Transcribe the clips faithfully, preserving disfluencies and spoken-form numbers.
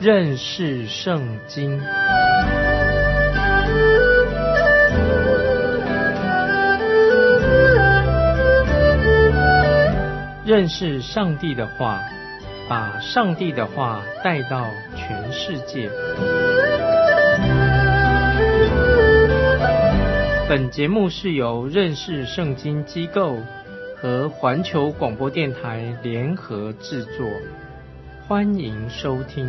认识圣经。认识上帝的话，把上帝的话带到全世界。本节目是由认识圣经机构和环球广播电台联合制作，欢迎收听。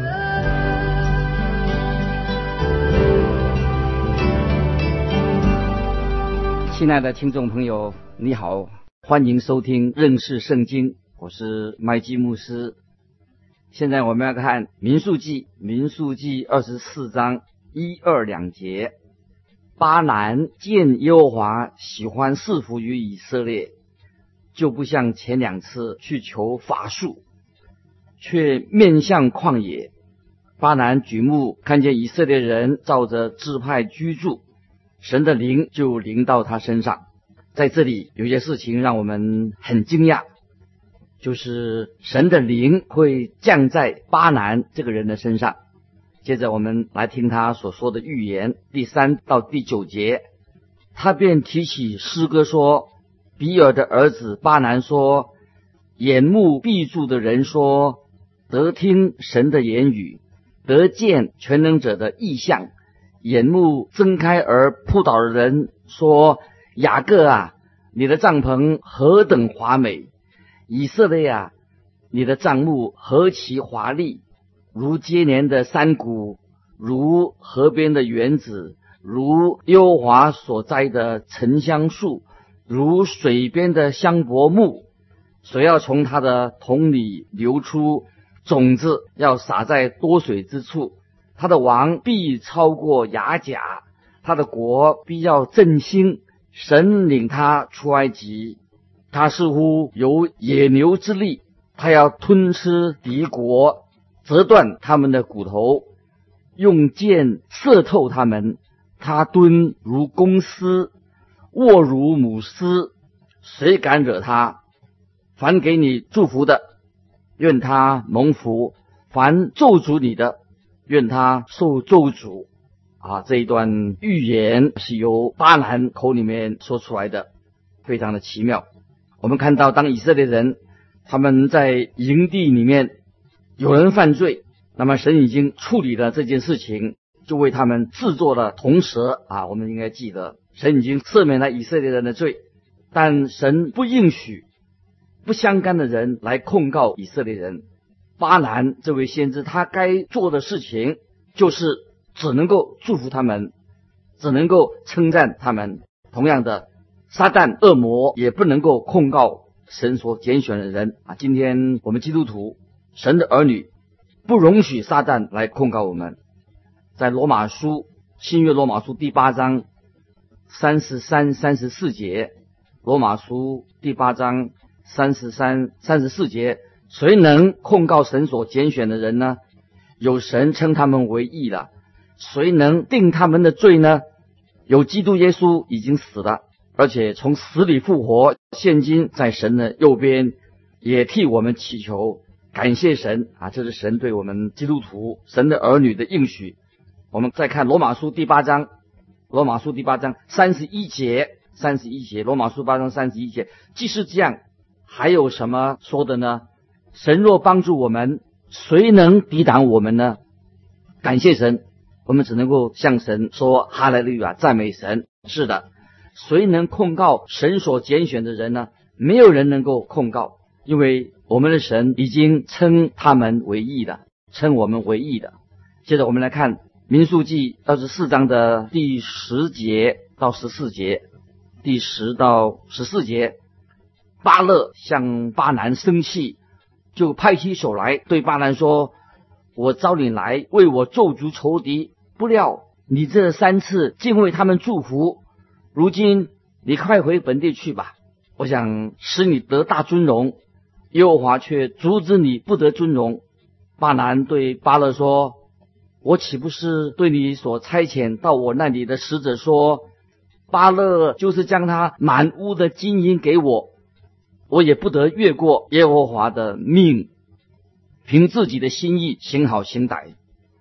亲爱的听众朋友，你好，欢迎收听认识圣经，我是麦基牧师。现在我们要看民数记，民数记二十四章一二两节。巴兰见耶和华喜欢赐福于以色列，就不像前两次去求法术，却面向旷野。巴兰举目看见以色列人照着支派居住，神的灵就临到他身上。在这里有些事情让我们很惊讶，就是神的灵会降在巴兰这个人的身上。接着我们来听他所说的预言，第三到第九节。他便提起诗歌说，比尔的儿子巴兰说，眼目闭住的人说，得听神的言语，得见全能者的异象。眼目睁开而扑倒的人说，雅各啊，你的帐篷何等华美，以色列啊，你的帐幕何其华丽，如接连的山谷，如河边的园子，如耶和华所栽的沉香树，如水边的香柏木。水要从它的桶里流出，种子要撒在多水之处。他的王必超过雅甲，他的国必要振兴。神领他出埃及，他似乎有野牛之力，他要吞吃敌国，折断他们的骨头，用剑射透他们。他蹲如公狮，卧如母狮，谁敢惹他？凡给你祝福的，愿他蒙福；凡咒诅你的，愿他受咒诅。啊，这一段预言是由巴兰口里面说出来的，非常的奇妙。我们看到，当以色列人他们在营地里面有人犯罪，那么神已经处理了这件事情，就为他们制作了铜蛇啊。我们应该记得，神已经赦免了以色列人的罪，但神不应许不相干的人来控告以色列人。巴兰这位先知，他该做的事情就是只能够祝福他们，只能够称赞他们。同样的，撒旦恶魔也不能够控告神所拣选的人啊。今天我们基督徒，神的儿女，不容许撒旦来控告我们。在罗马书，新约罗马书第八章三十三、三十四节，罗马书第八章三十三、三十四节，谁能控告神所拣选的人呢？有神称他们为义了。谁能定他们的罪呢？有基督耶稣已经死了，而且从死里复活，现今在神的右边，也替我们祈求。感谢神啊！这是神对我们基督徒、神的儿女的应许。我们再看罗马书第八章，罗马书第八章三十一节，三十一节，罗马书八章三十一节。既是这样，还有什么说的呢？神若帮助我们，谁能抵挡我们呢？感谢神，我们只能够向神说哈利路亚，赞美神。是的，谁能控告神所拣选的人呢？没有人能够控告，因为我们的神已经称他们为义的，称我们为义的。接着我们来看民数记二十四章的第十节到十四节，第十到十四节。巴勒向巴兰生气，就拍起手来对巴兰说，我召你来为我咒诅仇敌，不料你这三次竟为他们祝福，如今你快回本地去吧，我想使你得大尊荣，耶和华却阻止你不得尊荣。巴兰对巴勒说，我岂不是对你所差遣到我那里的使者说，巴勒就是将他满屋的金银给我，我也不得越过耶和华的命，凭自己的心意行好行歹。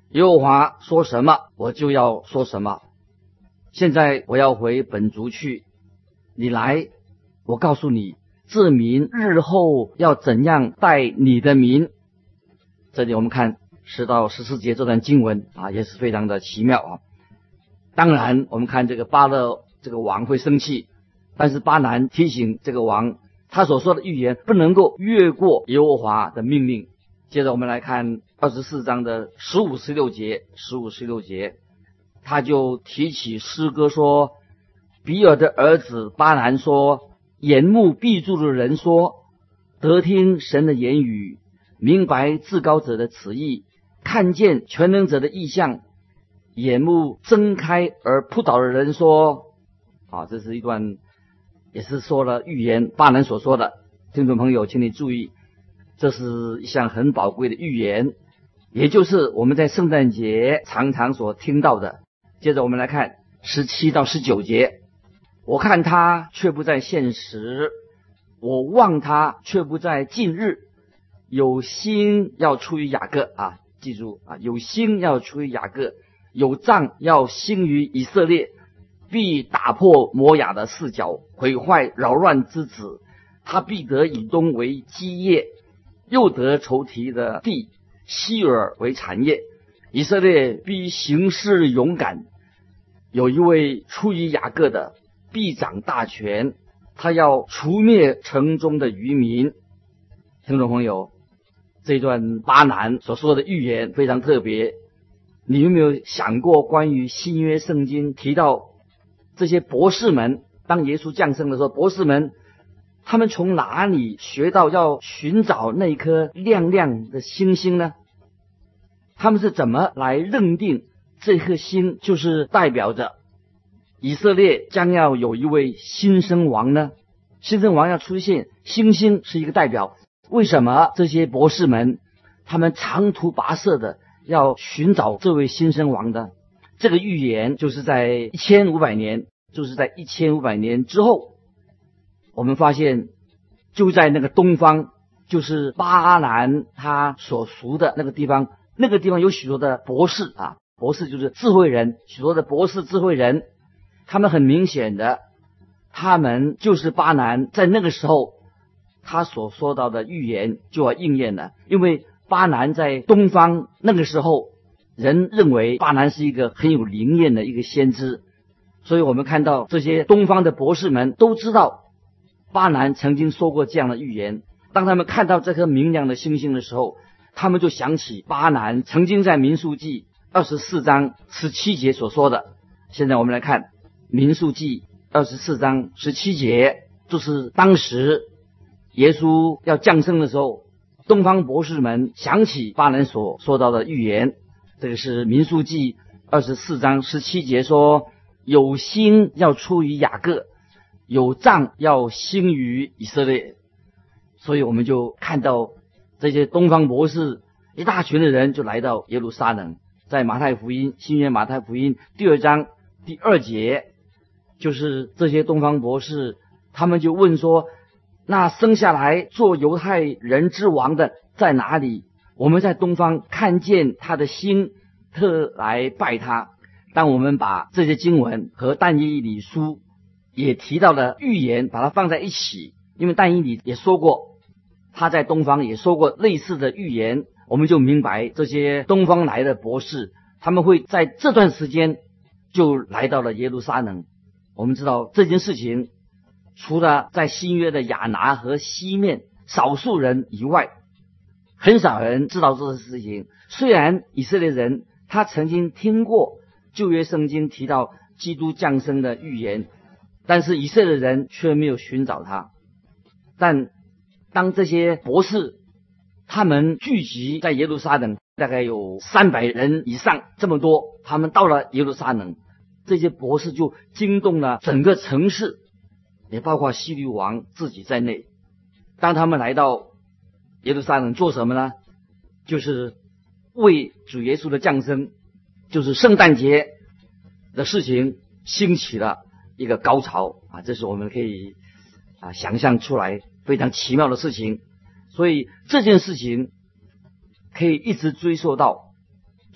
耶和华说什么，我就要说什么。现在我要回本族去，你来，我告诉你，这民日后要怎样待你的民。这里我们看十到十四节这段经文啊，也是非常的奇妙啊。当然，我们看这个巴勒这个王会生气，但是巴兰提醒这个王，他所说的预言不能够越过耶和华的命令。接着我们来看二十四章的十五、十六节，十五、十六节，他就提起诗歌说，比尔的儿子巴兰说，眼目闭住的人说，得听神的言语，明白至高者的旨意，看见全能者的意象，眼目睁开而扑倒的人说，啊，这是一段也是说了预言，巴兰所说的。听众朋友请你注意，这是一项很宝贵的预言，也就是我们在圣诞节常常所听到的。接着我们来看十七到十九节，我看他却不在现实，我望他却不在近日，有星要出于雅各啊，记住啊，有星要出于雅各，有杖要兴于以色列，必打破摩亚的四角，毁坏扰乱之子，他必得以东为基业，又得仇敌的地西尔为产业。以色列必行事勇敢，有一位出于雅各的必掌大权，他要除灭城中的渔民。听众朋友，这段巴兰所说的预言非常特别。你有没有想过，关于新约圣经提到这些博士们，当耶稣降生的时候，博士们他们从哪里学到要寻找那颗亮亮的星星呢？他们是怎么来认定这颗星就是代表着以色列将要有一位新生王呢？新生王要出现，星星是一个代表。为什么这些博士们他们长途跋涉的要寻找这位新生王的？这个预言就是在一千五百年，就是在一千五百年之后，我们发现就在那个东方，就是巴兰他所属的那个地方，那个地方有许多的博士啊，博士就是智慧人，许多的博士智慧人，他们很明显的，他们就是巴兰在那个时候他所说到的预言就要应验了。因为巴兰在东方那个时候，人认为巴兰是一个很有灵验的一个先知，所以我们看到这些东方的博士们都知道巴兰曾经说过这样的预言。当他们看到这颗明亮的星星的时候，他们就想起巴兰曾经在民数记二十四章十七节所说的。现在我们来看民数记二十四章十七节，就是当时耶稣要降生的时候，东方博士们想起巴兰所说到的预言。这个是民数记二十四章十七节说，有星要出于雅各，有杖要兴于以色列。所以我们就看到这些东方博士一大群的人就来到耶路撒冷。在马太福音，新约马太福音第二章第二节，就是这些东方博士他们就问说，那生下来做犹太人之王的在哪里？我们在东方看见他的星，特来拜他。当我们把这些经文和但以理书也提到了预言，把它放在一起，因为但以理也说过，他在东方也说过类似的预言，我们就明白这些东方来的博士，他们会在这段时间就来到了耶路撒冷。我们知道这件事情，除了在新约的亚拿和西面少数人以外，很少人知道这个事情。虽然以色列人他曾经听过旧约圣经提到基督降生的预言，但是以色列人却没有寻找他。但当这些博士他们聚集在耶路撒冷，大概有三百人以上，这么多，他们到了耶路撒冷，这些博士就惊动了整个城市，也包括希律王自己在内。当他们来到耶路撒冷做什么呢？就是为主耶稣的降生，就是圣诞节的事情兴起了一个高潮啊！这是我们可以啊想象出来非常奇妙的事情。所以这件事情可以一直追溯到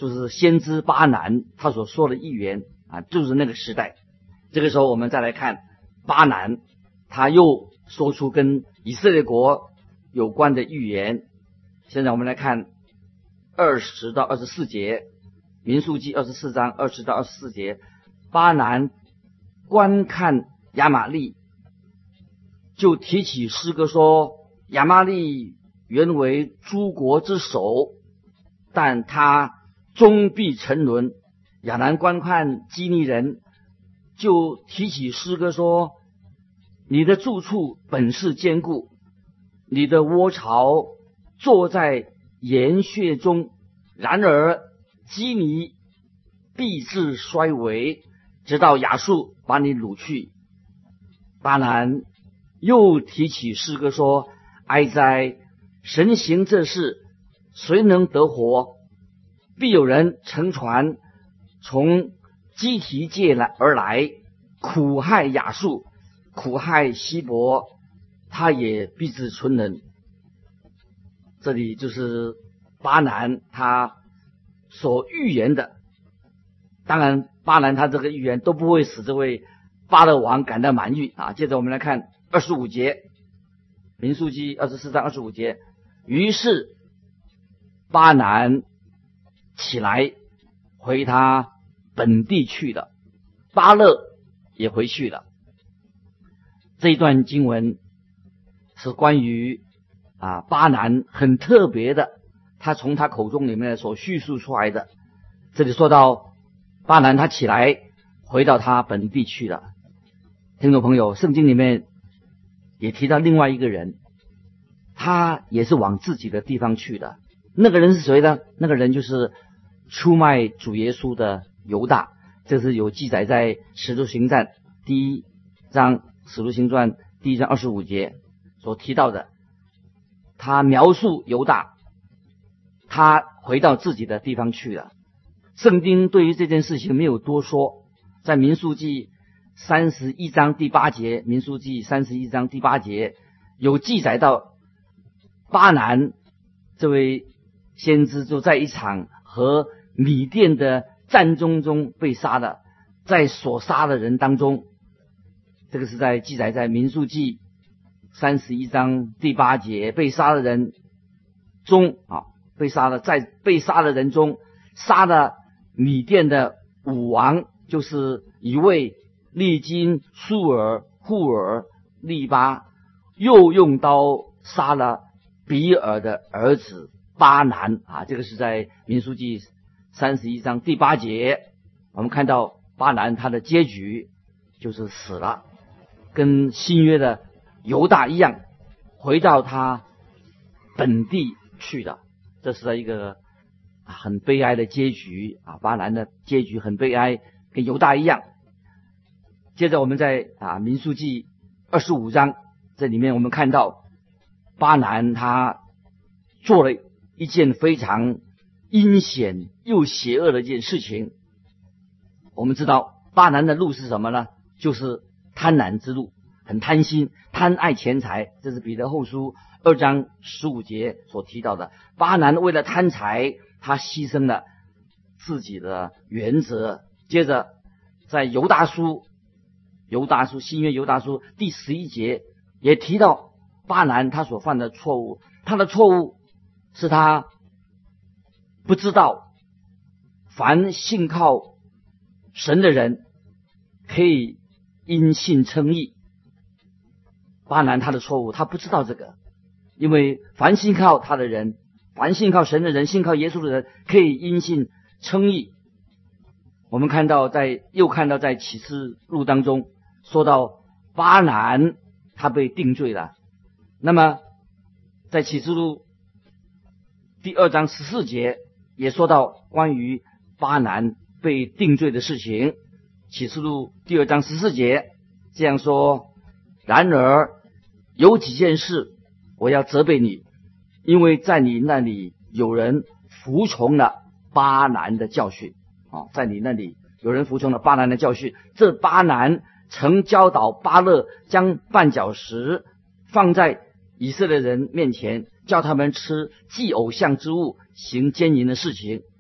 就是先知巴南他所说的预言啊，就是那个时代。这个时候我们再来看巴南，他又说出跟以色列国有关的预言。现在我们来看二十到二十四节，民数记二十四章二十到二十四节。巴南观看亚玛力，就提起诗歌说，亚玛力原为诸国之首，但他终必沉沦。亚兰观看基尼人，就提起诗歌说，你的住处本是坚固，你的窝巢坐在岩穴中，然而基尼必致衰微，直到亚述把你掳去。巴南又提起诗歌说，哀哉，神行这事，谁能得活？必有人乘船从基提界来而来，苦害亚述，苦害希伯，他也必致存人。这里就是巴南他所预言的。当然巴南他这个预言都不会使这位巴勒王感到满意啊。接着我们来看二十五节，民数记二十四章二十五节。于是巴南起来回他本地去了，巴勒也回去了。这一段经文是关于啊巴南很特别的，他从他口中里面所叙述出来的。这里说到巴南他起来回到他本地去了。听众朋友，圣经里面也提到另外一个人，他也是往自己的地方去的。那个人是谁呢？那个人就是出卖主耶稣的犹大。这是有记载在使徒行传第一章，使徒行传第一章二十五节所提到的。他描述犹大，他回到自己的地方去了。圣经对于这件事情没有多说，在民数记三十一章第八节，民数记三十一章第八节有记载到巴南这位先知就在一场和米甸的战争中被杀了，在所杀的人当中，这个是在记载在民数记三十一章第八节，被杀的人中啊，被杀了，在被杀的人中杀了米甸的武王，就是一位利金、苏尔、户尔、利巴，又用刀杀了比尔的儿子巴南啊，这个是在民数记三十一章第八节。我们看到巴南他的结局就是死了，跟新约的犹大一样，回到他本地去的。这是一个很悲哀的结局啊，巴南的结局很悲哀，跟犹大一样。接着我们在啊民数记二十五章，这里面我们看到巴南他做了一件非常阴险又邪恶的一件事情。我们知道巴南的路是什么呢？就是贪婪之路，很贪心，贪爱钱财。这是彼得后书二章十五节所提到的。巴南为了贪财，他牺牲了自己的原则。接着在犹大书犹大书新约犹大书第十一节也提到巴南他所犯的错误。他的错误是他不知道凡信靠神的人可以因信称义。巴南他的错误，他不知道这个，因为凡信靠他的人，凡信靠神的人，信靠耶稣的人，可以因信称义。我们看到在又看到在启示录当中说到巴南他被定罪了。那么在启示录第二章十四节也说到关于巴南被定罪的事情。启示录第二章十四节这样说，然而有几件事我要责备你，因为在你那里有人服从了巴南的教训啊，在你那里有人服从了巴南的教训。这巴南曾教导巴勒将绊脚石放在以色列人面前，叫他们吃祭偶像之物，行奸淫的事情。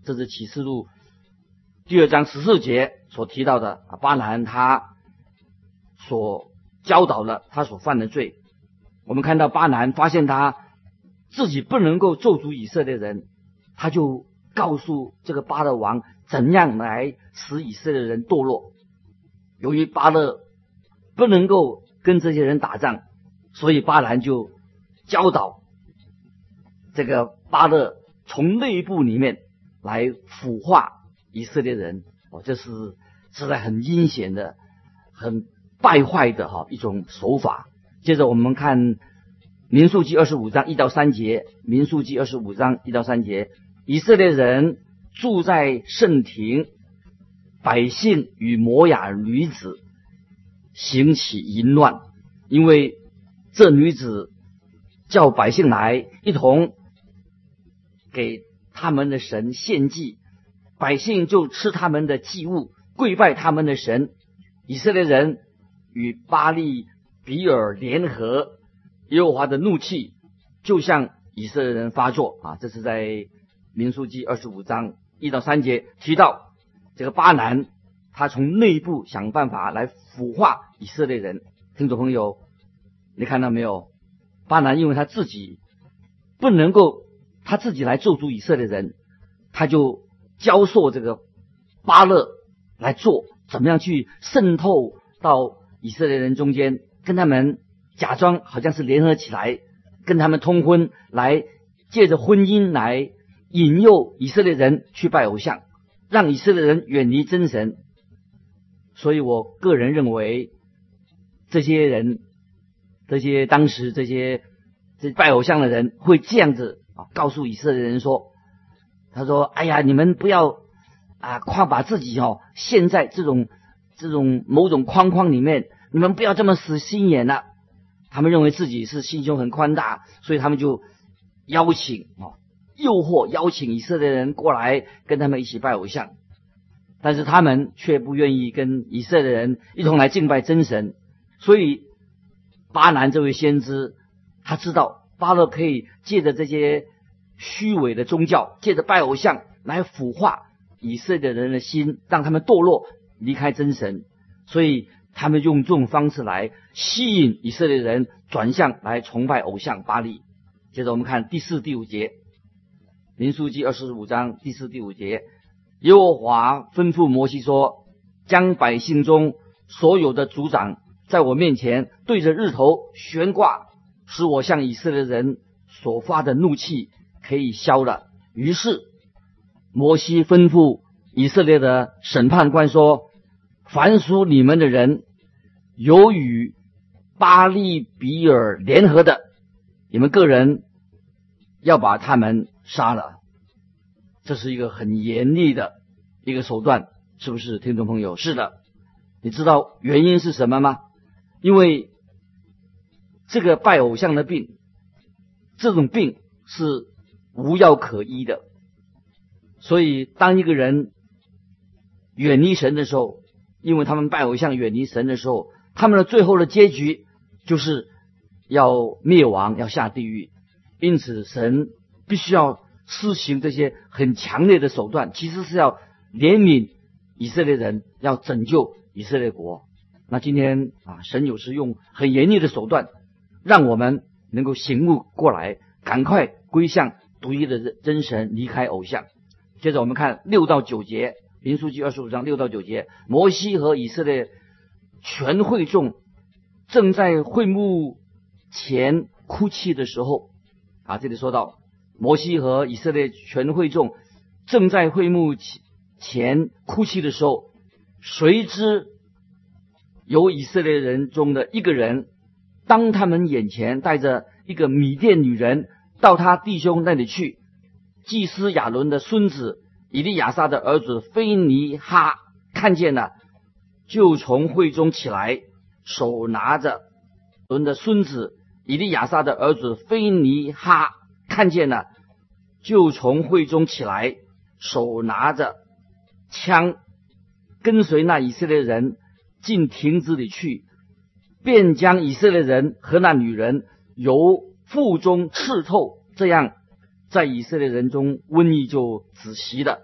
这是启示录第二章十四节所提到的啊，巴兰他所教导的，他所犯的罪。我们看到巴兰发现他自己不能够咒诅以色列人，他就告诉这个巴勒王怎样来使以色列人堕落。由于巴勒不能够跟这些人打仗，所以巴兰就教导这个巴勒从内部里面来腐化以色列人。哦，这是实在很阴险的、很败坏的哈一种手法。接着我们看民数记二十五章一到三节，民数记二十五章一到三节，以色列人住在圣庭，百姓与摩亚女子行起淫乱，因为这女子叫百姓来一同给他们的神献祭，百姓就吃他们的祭物，跪拜他们的神。以色列人与巴利比尔联合，耶和华的怒气就向以色列人发作啊！这是在民数记二十五章一到三节提到这个巴兰，他从内部想办法来腐化以色列人。听众朋友，你看到没有？巴兰因为他自己不能够他自己来咒诅以色列人，他就教授这个巴勒来做怎么样去渗透到以色列人中间，跟他们假装好像是联合起来，跟他们通婚，来借着婚姻来引诱以色列人去拜偶像，让以色列人远离真神。所以我个人认为，这些人这些当时这些这拜偶像的人会这样子啊，告诉以色列人说，他说哎呀，你们不要啊夸把自己哦陷在这种这种某种框框里面，你们不要这么死心眼了。他们认为自己是心胸很宽大，所以他们就邀请啊诱惑邀请以色列人过来跟他们一起拜偶像，但是他们却不愿意跟以色列人一同来敬拜真神。所以巴兰这位先知，他知道巴勒可以借着这些虚伪的宗教，借着拜偶像来腐化以色列人的心，让他们堕落离开真神，所以他们用这种方式来吸引以色列人转向来崇拜偶像巴力。接着我们看第四第五节，民数记二十五章第四第五节，耶和华吩咐摩西说，将百姓中所有的族长在我面前对着日头悬挂，使我向以色列人所发的怒气可以消了。于是摩西吩咐以色列的审判官说，凡属你们的人有与巴利比尔联合的，你们个人要把他们杀了。这是一个很严厉的一个手段，是不是听众朋友？是的。你知道原因是什么吗？因为这个拜偶像的病，这种病是无药可医的，所以当一个人远离神的时候，因为他们拜偶像远离神的时候，他们的最后的结局就是要灭亡，要下地狱。因此神必须要施行这些很强烈的手段，其实是要怜悯以色列人，要拯救以色列国。那今天啊，神有时用很严厉的手段，让我们能够醒悟过来，赶快归向独一的真神，离开偶像。接着我们看六到九节，民数记二十五章六到九节，摩西和以色列全会众正在会幕前哭泣的时候啊，这里说到摩西和以色列全会众正在会幕前哭泣的时候，谁知有以色列人中的一个人，当他们眼前带着一个米甸女人到他弟兄那里去，祭司亚伦的孙子以利亚撒的儿子菲尼哈看见了，就从会中起来，手拿着伦的孙子以利亚撒的儿子菲尼哈看见了，就从会中起来，手拿着枪，跟随那以色列人进亭子里去，便将以色列人和那女人由腹中刺透，这样在以色列人中瘟疫就止息了。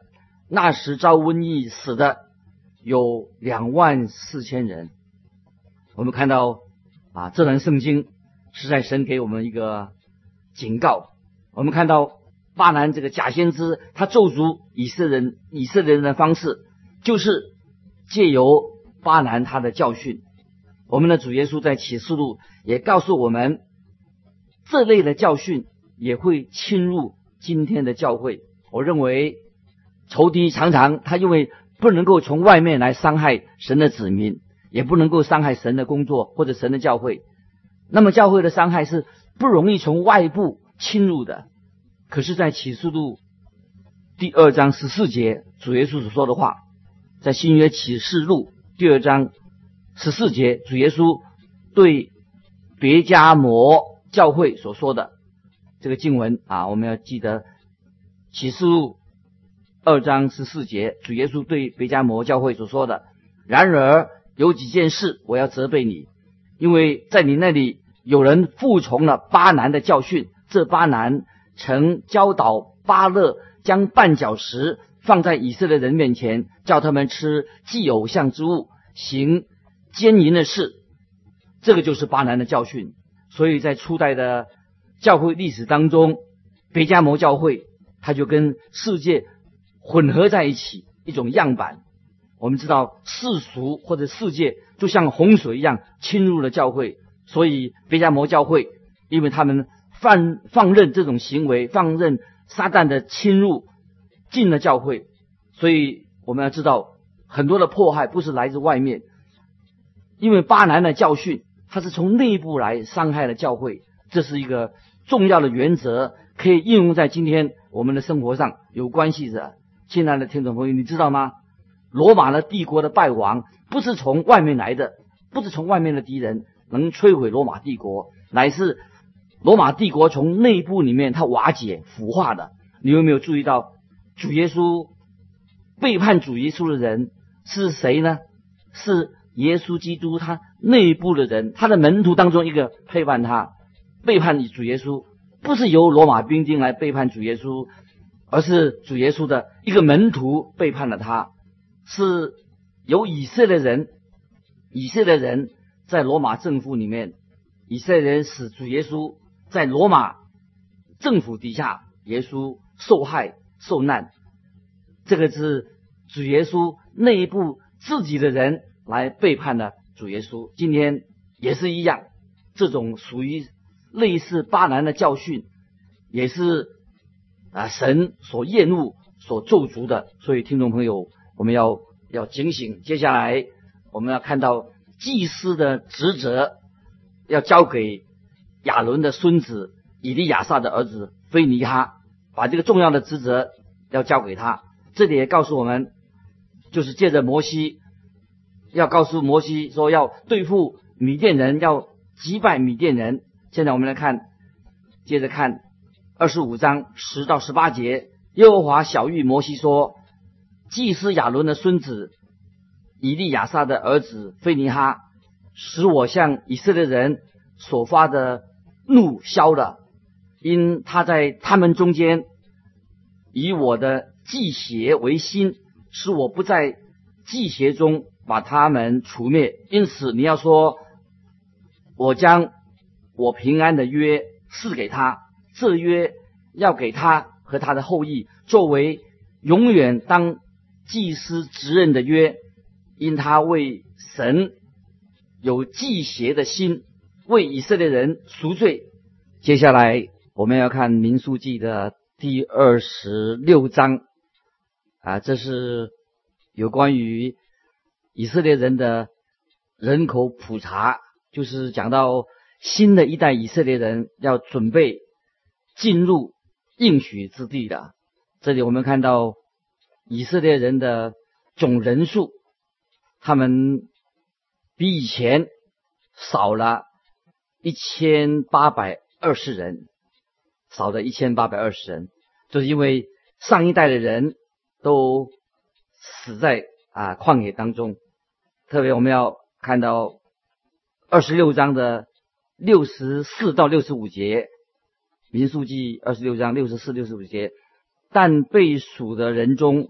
那时遭瘟疫死的有两万四千人。我们看到啊，这段圣经是在神给我们一个警告。我们看到巴兰这个假先知，他咒诅以色列人以色列人的方式，就是借由巴兰他的教训。我们的主耶稣在启示录也告诉我们，这类的教训也会侵入今天的教会。我认为仇敌常常他因为不能够从外面来伤害神的子民，也不能够伤害神的工作或者神的教会，那么教会的伤害是不容易从外部侵入的。可是在启示录第二章十四节，主耶稣所说的话，在新约启示录第二章十四节，主耶稣对别迦摩教会所说的这个经文啊，我们要记得启示录二章十四节，主耶稣对别迦摩教会所说的：然而有几件事我要责备你，因为在你那里有人服从了巴兰的教训。这巴兰曾教导巴勒将绊脚石放在以色列人面前，叫他们吃祭偶像之物，行奸淫的事。这个就是巴兰的教训。所以在初代的教会历史当中，别迦摩教会它就跟世界混合在一起，一种样板。我们知道世俗或者世界就像洪水一样侵入了教会，所以别迦摩教会因为他们放放任这种行为，放任撒旦的侵入进了教会，所以我们要知道很多的迫害不是来自外面，因为巴兰的教训它是从内部来伤害了教会。这是一个重要的原则，可以应用在今天我们的生活上有关系的。亲爱的听众朋友，你知道吗？罗马的帝国的败亡不是从外面来的，不是从外面的敌人能摧毁罗马帝国，乃是罗马帝国从内部里面它瓦解腐化的。你有没有注意到主耶稣背叛主耶稣的人是谁呢？是耶稣基督他内部的人，他的门徒当中一个背叛他背叛主耶稣，不是由罗马兵丁来背叛主耶稣，而是主耶稣的一个门徒背叛了他。是由以色列人以色列人在罗马政府里面，以色列人使主耶稣在罗马政府底下，耶稣受害受难。这个是主耶稣内部自己的人来背叛了主耶稣。今天也是一样，这种属于类似巴兰的教训，也是啊神所厌恶所咒诅的。所以听众朋友，我们要要警醒。接下来我们要看到祭司的职责要交给亚伦的孙子以利亚撒的儿子非尼哈，把这个重要的职责要交给他。这里也告诉我们，就是借着摩西要告诉摩西说要对付米甸人，要击败米甸人。现在我们来看，接着看二十五章十到十八节，耶和华晓谕摩西说，祭司亚伦的孙子以利亚撒的儿子非尼哈，使我向以色列人所发的怒消了，因他在他们中间以我的祭邪为心，使我不在祭邪中把他们除灭。因此你要说，我将我平安的约赐给他，这约要给他和他的后裔作为永远当祭司职任的约，因他为神有祭邪的心，为以色列人赎罪。接下来我们要看民数记的第二十六章啊，这是有关于以色列人的人口普查，就是讲到新的一代以色列人要准备进入应许之地的。这里我们看到以色列人的总人数，他们比以前少了一千八百二十人，少了一千八百二十人，就是因为上一代的人都死在啊旷野当中。特别我们要看到二十六章的六十四到六十五节，民数记二十六章六十四、六十五节，但被数的人中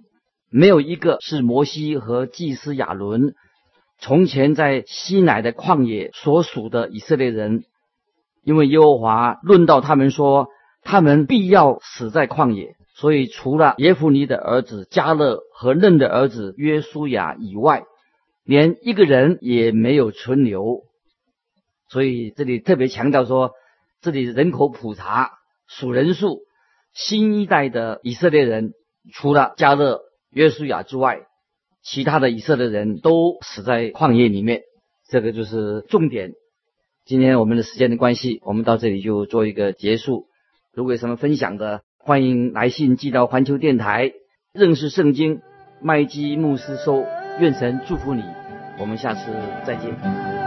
没有一个是摩西和祭司亚伦从前在西乃的旷野所属的以色列人，因为耶和华论到他们说，他们必要死在旷野，所以除了耶孚尼的儿子迦勒和嫩的儿子约书亚以外，连一个人也没有存留。所以这里特别强调说，这里人口普查数人数，新一代的以色列人除了迦勒、约书亚之外，其他的以色列人都死在旷野里面，这个就是重点。今天我们的时间的关系，我们到这里就做一个结束。如果有什么分享的，欢迎来信寄到环球电台认识圣经麦基牧师收。愿神祝福你，我们下次再见。